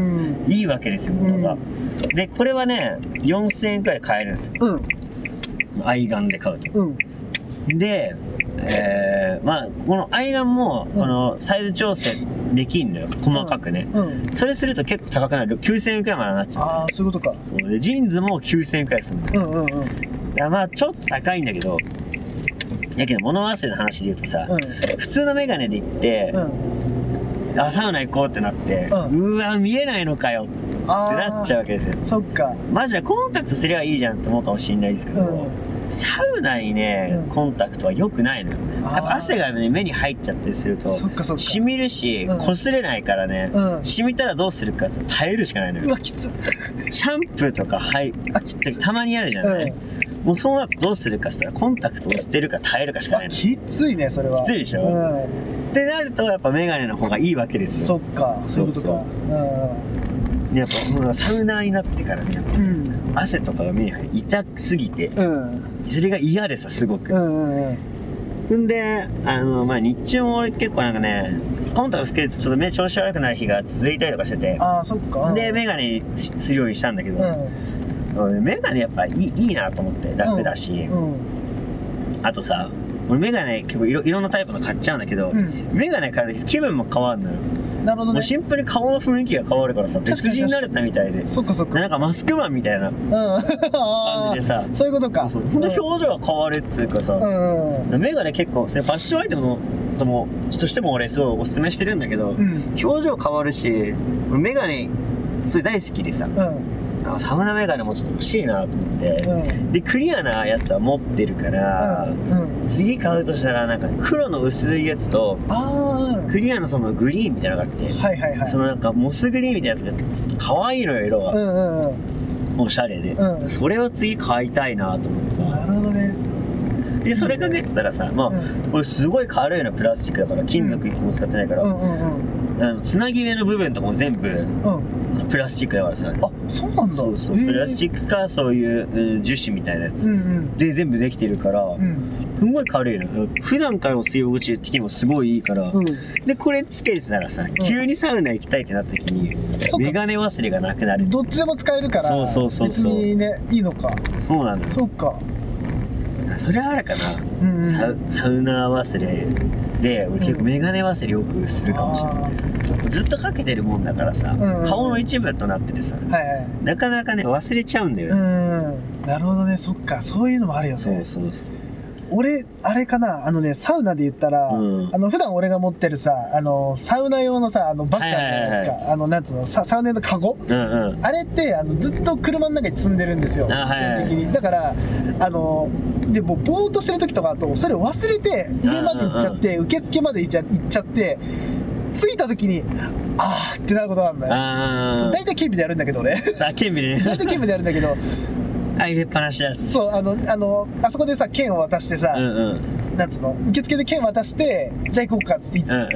いいわけですよ、ものが、うん、でこれはねよんせんえんくらいで買えるんですよ、うん、愛眼で買うと、うん、でえー、まあこの愛眼もこのサイズ調整できんのよ、細かくね、うんうん、それすると結構高くなる、きゅうせんえんくらいまでなっちゃう。 ああ、そういうことか。 そうでジーンズもきゅうせんえんくらいするの、うんうんうん、いやまあちょっと高いんだけど、 だけど物忘れの話で言うとさ、 うん、 普通のメガネで行って、うん、あサウナ行こうってなって、うん、うわ見えないのかよってなっちゃうわけですよ。 そっか。 マジでコンタクトすればいいじゃんって思うかもしれないですけど、うん、サウナにね、うん、コンタクトは良くないのよ。やっぱ汗が、ね、目に入っちゃったりすると染みるし、うん、擦れないからね、うん、染みたらどうするかって耐えるしかないのよ。 うわきつ。 シャンプーとか入ってたまにあるじゃない、うん、もうそうなるとどうするかって言ったらコンタクトを捨てるか耐えるかしかないの。 きついねそれは。 きついでしょ、うん、ってなるとやっぱメガネの方がいいわけですよ。 そっかそういうことか。 うん、やっぱもうサウナーになってからねやっぱ、うん、汗とかが目に入り痛すぎて、うん、それが嫌でさすごく。うんうんうん、んであのまあ日中も俺結構なんかねコンタクトつけるとちょっと目調子悪くなる日が続いたりとかしてて、 ああそっか。 でメガネするようにしたんだけど、うん、メガネやっぱいい、いいなと思って楽だし、うんうん、あとさ俺メガネ結構いろいろんなタイプの買っちゃうんだけど、うん、メガネ買うと気分も変わるのよ。 なるほどね。 もうシンプルに顔の雰囲気が変わるからさ別人になれたみたいで、 そっかそっか。 なんかマスクマンみたいな感じでさ、 そういうことか。 ほんと表情が変わるっつうかさ、うんうん、メガネ結構ファッションアイテムのともとしても俺すごいおすすめしてるんだけど、うん、表情変わるしメガネそれ大好きでさ、うん、サウナメガネもちょっと欲しいなと思って、うん、でクリアなやつは持ってるから、うんうん、次買うとしたらなんか、ね、黒の薄いやつとクリアのそのグリーンみたいなのがあって、はいはいはい、そのなんかモスグリーンみたいなやつがちょっと可愛いのよ色が、うんうんうん、おしゃれで、うん、それを次買いたいなと思ってさ。 なるほどね。 でそれかけてたらさ、まあ、うん、これすごい軽いのプラスチックだから金属いっこも使ってないから、うんうんうんうん、あのつなぎ目の部分とかも全部、うん、プラスチックだからさ。 あ、そうなんだ。 そうそう、プラスチックかそういう、うん、樹脂みたいなやつ、うんうん、で全部できてるから、うん、すごい軽いの。普段からの吸い心地的にもすごいいいから、うん、でこれつけてたらさ、うん、急にサウナ行きたいってなった時に、うん、メガネ忘れがなくなる。 どっちでも使えるから、そうそうそうそう、別にねいいのか。 そうなの。 そっか。 それはあるかな、うんうん、サウ、サウナ忘れで俺結構メガネ忘れよくするかもしれない、うん、ずっとかけてるもんだからさ、うんうん、顔の一部となっててさ、はいはい、なかなかね忘れちゃうんだよね。うん、 なるほどね。そっか、そういうのもあるよね。そうそうそう。俺あれかな、あのねサウナで言ったら、うん、あの普段俺が持ってるさあのサウナ用のさあのバッグあるじゃないですか、はいはいはい、あのなんつうのサウナ用のカゴ、うんうん、あれってあのずっと車の中に積んでるんですよ、基本的に。だからあのでもうぼーっとしてる時とかだとそれを忘れて上まで行っちゃって、うんうん、受付まで行っちゃ、行っちゃって着いた時にあーってなることがあるんだよ。大体警備でやるんだけど俺あ警備でね大体警備でやるんだけど入れっぱなしだ。 そうあのあのあそこでさ券を渡してさ、うんうん、なんつうの受付で券渡してじゃあ行こうかって言って、うんうん、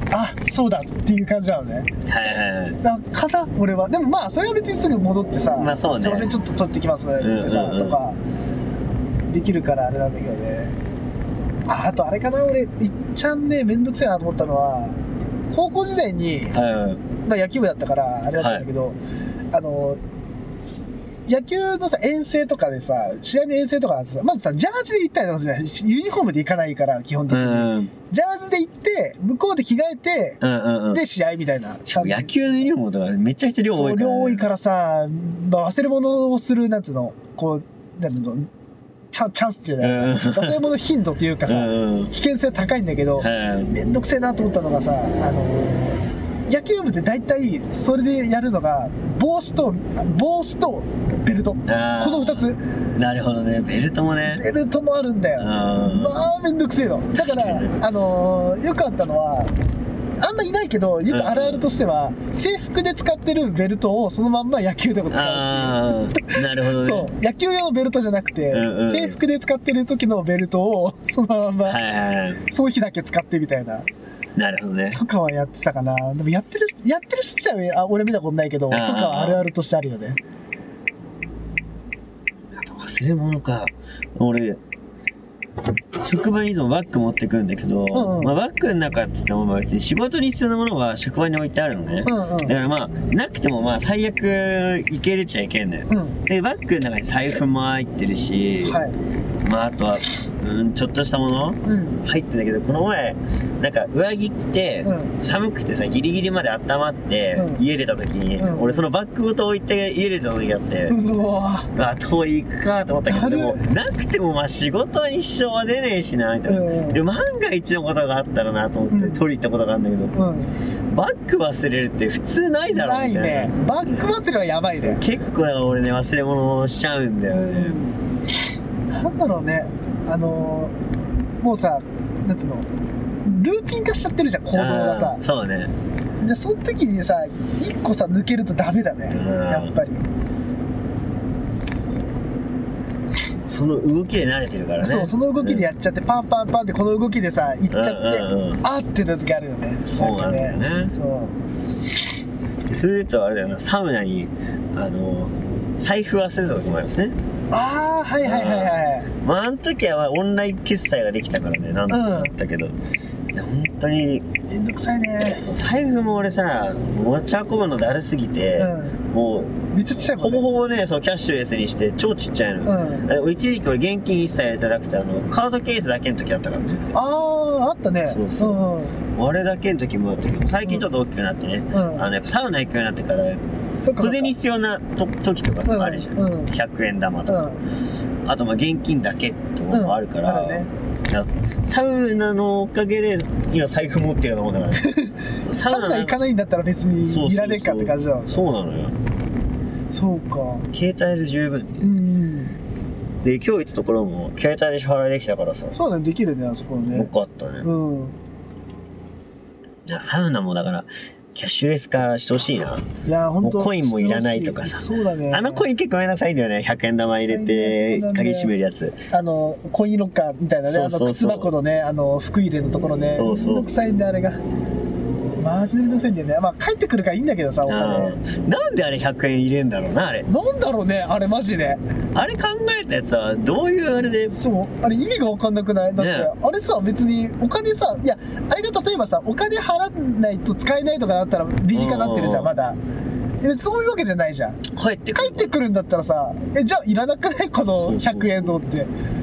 あそうだっていう感じなのね。はいはいはい。だからかな俺は。でもまあそれは別にすぐ戻ってさ、まあそうね、すいませんちょっと取ってきますって言ってさ、うんうんうん、とかできるからあれなんだけどね。ああとあれかな、俺いっちゃんねめんどくせえなと思ったのは高校時代に、はいはい、まあ野球部だったからあれだったんだけど、はい、あの野球のさ遠征とかでさ試合の遠征とかさまずさジャージで行ったりとかするじゃない。ユニフォームで行かないから基本的に、うん、ジャージで行って向こうで着替えて、うんうんうん、で試合みたいな。 野球のユニフォームとかめちゃくちゃ量多いから、ね、 量多いからさ、まあ、忘れ物をするなんつうのこうなんつうのチャ, チャンスじゃない、うん、忘れ物頻度というかさ、うん、危険性高いんだけど、うん、めんどくせえなと思ったのがさあの野球部って大体それでやるのが帽子と帽子とベルト、このふたつ。 なるほどね。ベルトもねベルトもあるんだよ。まあめんどくせえのだから、あのー、よくあったのはあんまいないけどよくあるあるとしては、うん、制服で使ってるベルトをそのまんま野球でも使うっていう。なるほどね。そう野球用のベルトじゃなくて、うんうん、制服で使ってる時のベルトをそのまんま、はいはいはい、その日だけ使ってみたいな。 なるほどね。 とかはやってたかな。でもやってるやってる人自体は俺見たことないけどとかはあるあるとしてあるよね。 あと忘れ物か。俺職場にいつもバッグ持ってくんだけど、うんうん、まあ、バッグの中って言っても別に仕事に必要なものは職場に置いてあるのね、うんうん、だからまあなくてもまあ最悪いけるっちゃいけんだよ、うん、でバッグの中に財布も入ってるし、はい、 まああとはうんちょっとしたもの、うん、入ってんだけど、この前なんか上着着て、うん、寒くてさギリギリまで温まって、うん、家出た時に、うん、俺そのバッグごと置いて家出た時があって、うわあ通り行くかと思ったけど、でもなくてもまあ仕事は一生は出ねえしなみたいな、うん、で万が一のことがあったらなと思って、うん、取り行ったことがあるんだけど、うん、バッグ忘れるって普通ないだろみたいな。ないね。 バッグ忘れはやばいね。 結構俺ね忘れ物しちゃうんだよね、 うん、なんだろうね、あのー、もうさ、なんつうの、ルーティン化しちゃってるじゃん、行動がさ。 そうね。 でその時にさ一個さ抜けるとダメだね、やっぱり。 その動きで慣れてるからね。 そう、その動きでやっちゃって、うん、パンパンパンってこの動きでさ行っちゃって、うんうん、あってな時あるよね。 そうなんだよね。そうそれとあれだよな、サウナにあの財布忘れた時もありますね。 ああ、はいはいはいはい。 まああの時はオンライン決済ができたからね、なんとかなったけど、うん、いや本当にめんどくさいね。 財布も俺さ持ち運ぶのだるすぎて、うん、もうめっちゃちっちゃいもんね。 ほぼほぼね、そうキャッシュレスにして超ちっちゃいの、うん、一時期俺現金一切入れてなくて、あのカードケースだけの時あったからね。 ああ、あったね。 そうそう、うんうん、あれだけの時もあったけど、最近ちょっと大きくなってね、うん、あのやっぱサウナ行くようになってから小銭必要なと時とかあるじゃん、うんうん、ひゃくえん玉とか、うん、あとまあ現金だけとかもあるから、うん、あるね、サウナのおかげで今財布持ってるようなもんだから、ね、 サウナ行かないんだったら別にいらねえかって感じだもん。 そうなのよ。 そうか、 携帯で十分って、うん、で今日行ったところも携帯で支払いできたからさ。 そうだね、できるね、あそこね。 よかったね。うん。じゃあサウナもだからキャッシュレス化してほしいな。 いや本当。 コインもいらないとかさ。 そうだね。 あのコイン結構めんなさいんだよね。ひゃくえん玉入れて鍵閉めるやつ。 あのコインロッカーみたいなね、あの靴箱のね、あの服入れのところね。そうそう。めんどくさいんであれが。マジでめんどくさいんだよね。まあ帰ってくるからいいんだけどさ、お金。 なんであれひゃくえん入れんだろうな、あれ。 なんだろうね、あれマジで。 あれ考えたやつはどういうあれで。 そう、あれ意味が分かんなくない？だって、ね、あれさ別にお金さ、いやあれが例えばさお金払わないと使えないとかだったら理にかなってるじゃん、まだ。そういうわけじゃないじゃん。 帰ってくる。 帰ってくるんだったらさ、えじゃあいらなくないこのひゃくえんのって。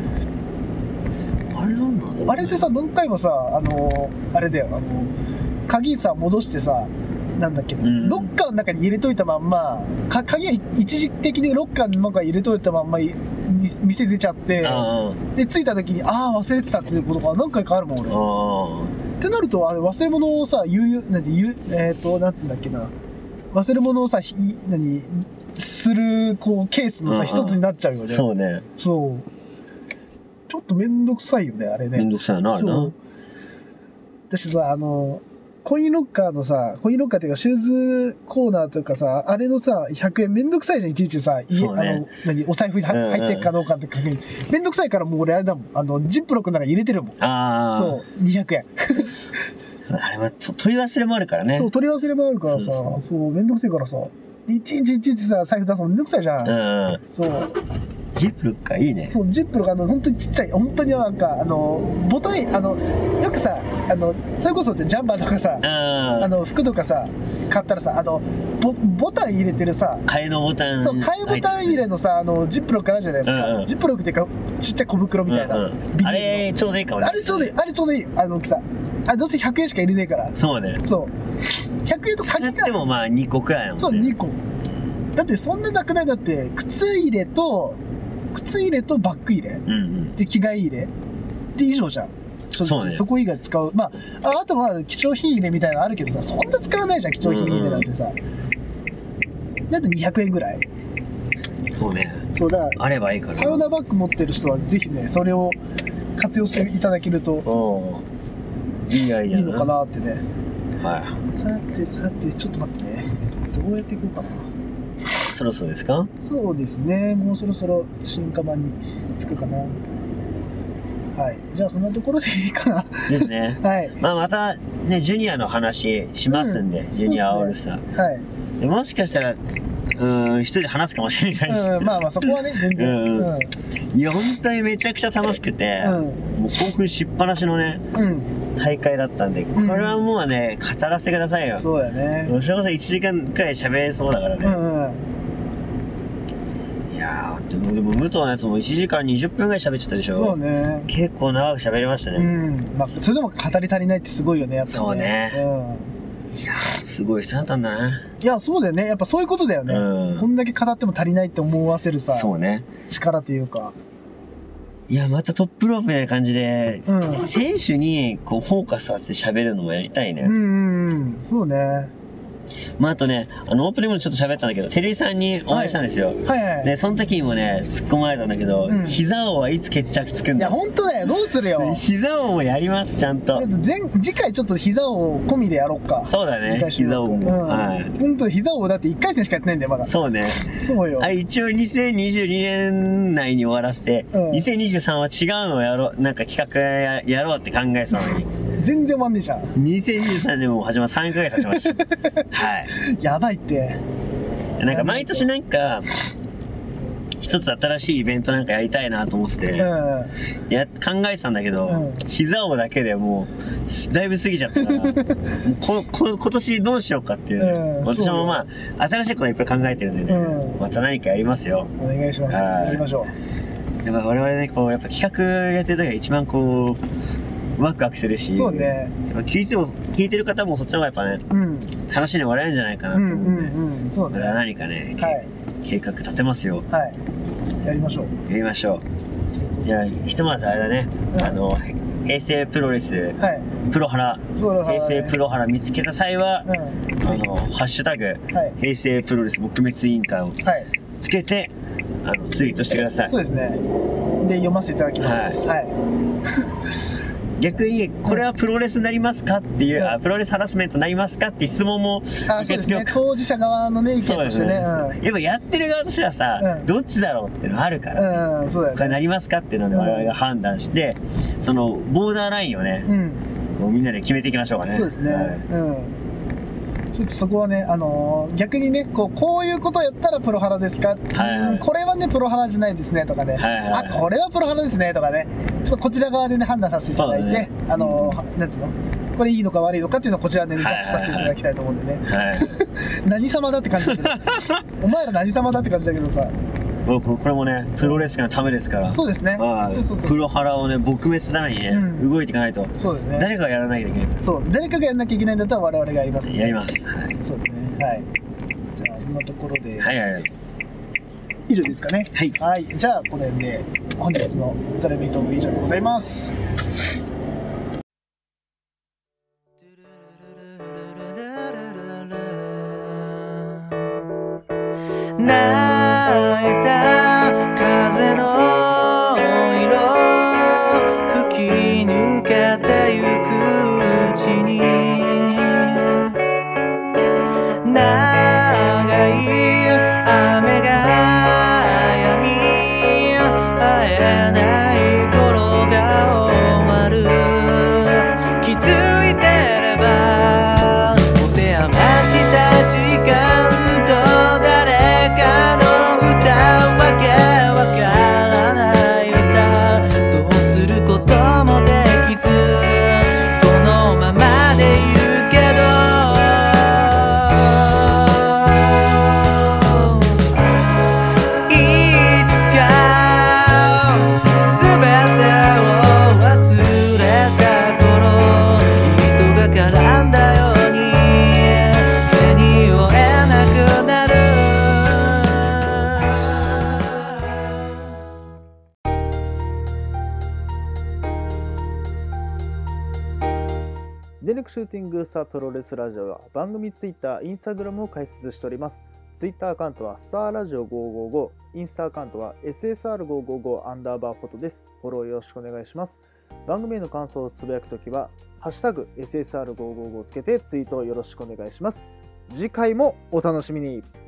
あれなんだろうね。 あれってさ何回もさ、あのあれだよ、あの鍵さ戻してさ、なんだっけ、うん、ロッカーの中に入れといたまんま、か鍵は一時的にロッカーの中に入れといたまんま店出ちゃって、で着いた時にああ忘れてたっていうことが何回かあるもん俺。ってなると、あれ忘れ物をさ言う、なんて言う、えっとなんつうんだっけな、忘れ物をさ何するこうケースのさ一つになっちゃうよね。 そうね。 そう。ちょっとめんどくさいよねあれね。 めんどくさいなあれな。 私さ、あのコインロッカーのさ、コインロッカーっていうかシューズコーナーとかさ、あれのさひゃくえんめんどくさいじゃん、いちいちさ、ね、あの何お財布に入ってるかどうかって確認、うんうん、めんどくさいからもう俺あれだもん、あのジップロックの中に入れてるもん。ああ、そうにひゃくえんあれは取り忘れもあるからね。 そう、取り忘れもあるからさ、そうそうめんどくさいからさ、いちいちいちいちさ財布出すのめんどくさいじゃん。うん、そうジップロックがいいね。 そう、ジップロック、あの本当にちっちゃい、本当になんかあのボタン、あのよくさ、あのそれこそジャンバーとかさ、あの服とかさ買ったらさ、あの ボ, ボタン入れてるさ、 替えのボタン、 そう替えボタン入れのさ、あのジップロックあるじゃないですか、うんうん、ジップロックっていうかちっちゃい小袋みたいな、うんうん、 あれちょうどいいかもね。 あれちょうどいい、あれちょうどいい、あの大きさ、あどうせひゃくえんしか入れねえから。 そうね。 そうひゃくえんと先がでもまあにこくらいだもんね。 そうにこだって、そんななくない？だって靴入れと靴入れとバッグ入れ、うんうん、で着替え入れで以上じゃん。そうね、そこ以外使う、まあ、あ, あとは貴重品入れみたいなのあるけどさ、そんな使わないじゃん貴重品入れなんてさ、うん、だってにひゃくえんぐらい。 そうね。 そうだ、 あればいいから。 サウナバッグ持ってる人はぜひねそれを活用していただけるといいアイデアいいのかなってね。 はい。 さてさてちょっと待ってね、どうやっていこうかな。 そろそろですか？ そうですね、もうそろそろ進化版に着くかな。はい、じゃあそんなところでいいかなですね。 はい。 まあまたねジュニアの話しますんで、うん、ジュニアオールスター。はい。でもしかしたらうん一人で話すかもしれない。 うん、まあまあそこはね全然。うんうん、いや本当にめちゃくちゃ楽しくて、うん、もう興奮しっぱなしのね、うん、大会だったんで、これはもうね語らせてくださいよ。 そうだね。 それこそいちじかんくらい喋れそうだからね。うんうん、いやーでも、でも武藤のやつもいちじかんにじゅっぷんぐらい喋っちゃったでしょ。 そうね。 結構長く喋りましたね。 うん。まあ、それでも語り足りないってすごいよね、やっぱり、ね。 そうね。 うん。 いやー、すごい人だったんだな。 いや、そうだよね。やっぱそういうことだよね。うん、こんだけ語っても足りないって思わせるさ。 そうね。 力というか。 いや、またトップロープみたいな感じで、うん、選手にこうフォーカスさせて喋るのもやりたいね。 うんうんうん。そうね。 まあ、あとね、あの、オープニングでちょっと喋ったんだけど、照井さんにお会いしたんですよ。はい、はいはい。で、その時にもね、突っ込まれたんだけど、うん、膝王はいつ決着つくんだ。 いや、ほんとだよ。どうするよ。 膝王もやります、ちゃんと。 ちょっと前、次回ちょっと膝王込みでやろうか。 そうだね、膝王も。うん、 はい。ほんと、膝王だっていっかい戦しかやってないんだよ、まだ。 そうね。 そうよ。 あれ、一応にせんにじゅうにねん内に終わらせて、うん、にせんにじゅうさんは違うのをやろう、なんか企画 や, やろうって考えてたのに。 全然終わんねえじゃん。 にせんにじゅうさんねんも始まるさんかげつ経ちました。はい。 やばいって。 なんか毎年なんか、一つ新しいイベントなんかやりたいなと思ってて、うん、や考えてたんだけど、うん、膝王だけでもう、だいぶ過ぎちゃったから、ここ今年どうしようかっていう、うん、私もまあ、新しいこといっぱい考えてるんでね、うん、また何かやりますよ。 お願いします。やりましょう。やっぱ我々ね、こう、やっぱ企画やってる時が一番こう、ワクワクするし、 そうね。 聞いても聞いてる方もそっちの方がやっぱね、うん、楽しんでもらえるんじゃないかなと思うんで、うんうんうん、そうね。何かね、はい、計画立てますよ。 はい。やりましょう。 やりましょう。いや、ひとまずあれだね、うん、あの平成プロレス、はい、プロハラ、平成プロハラ見つけた際は、うん、あのハッシュタグ、はい、平成プロレス撲滅委員会をつけて、はい、あのツイートしてください。 そうですね。で読ませていただきます。はい。はい逆にこれはプロレスになりますかっていう、うん、あプロレスハラスメントになりますかっていう質問もあそうですね、当事者側のね意見としてね、 うん、やっぱやってる側としてはさ、うん、どっちだろうっていうのあるから、うん、そうだよね、これなりますかっていうので我々が判断して、うん、そのボーダーラインをね、うん、こうみんなで決めていきましょうかね。 そうですね、はい、うんちょっとそこはね、あのー、逆にねこう、こういうことやったらプロハラですか、はいはい、これはねプロハラじゃないですねとかね、はいはいはい、あこれはプロハラですねとかね、ちょっとこちら側でね判断させていただいて、ね、あのー、なんつうのこれいいのか悪いのかっていうのをこちらで、ね、ジャッジさせていただきたいと思うんでね、はいはい、何様だって感じだけどお前ら何様だって感じだけどさ、 これもねプロレスのためですから、 そうですね、 プロハラをね撲滅するためにね、うん、動いていかないと、そうですね、誰かがやらなきゃいけない。 そう、誰かがやらなきゃいけないんだったら我々がやります、ね、 やります。はい、 そうですね。はい。じゃあそんなところで、 はいはいはい、 以上ですかね。はい。はい、じゃあこれで本日のテレビトーク以上でございます。 泣いた風の色吹き抜けてゆくうちに長い雨が止み会えない頃が終わる気づいてれば持て余した時間と誰かの歌うわけわからない歌どうすることもできずそのままでいるけどいつか全てを忘れた頃人が絡んだように手に負えなくなる全力シューティングスタープロレスラジオは番組ツイッター、インスタグラムを開設しております。ツイッターアカウントはスターラジオごーごーご、インスタアカウントは エスエスアールごーごーご アンダーバーフォトです。フォローよろしくお願いします。番組への感想をつぶやくときは、ハッシュタグ エスエスアールごーごーご をつけてツイートをよろしくお願いします。次回もお楽しみに。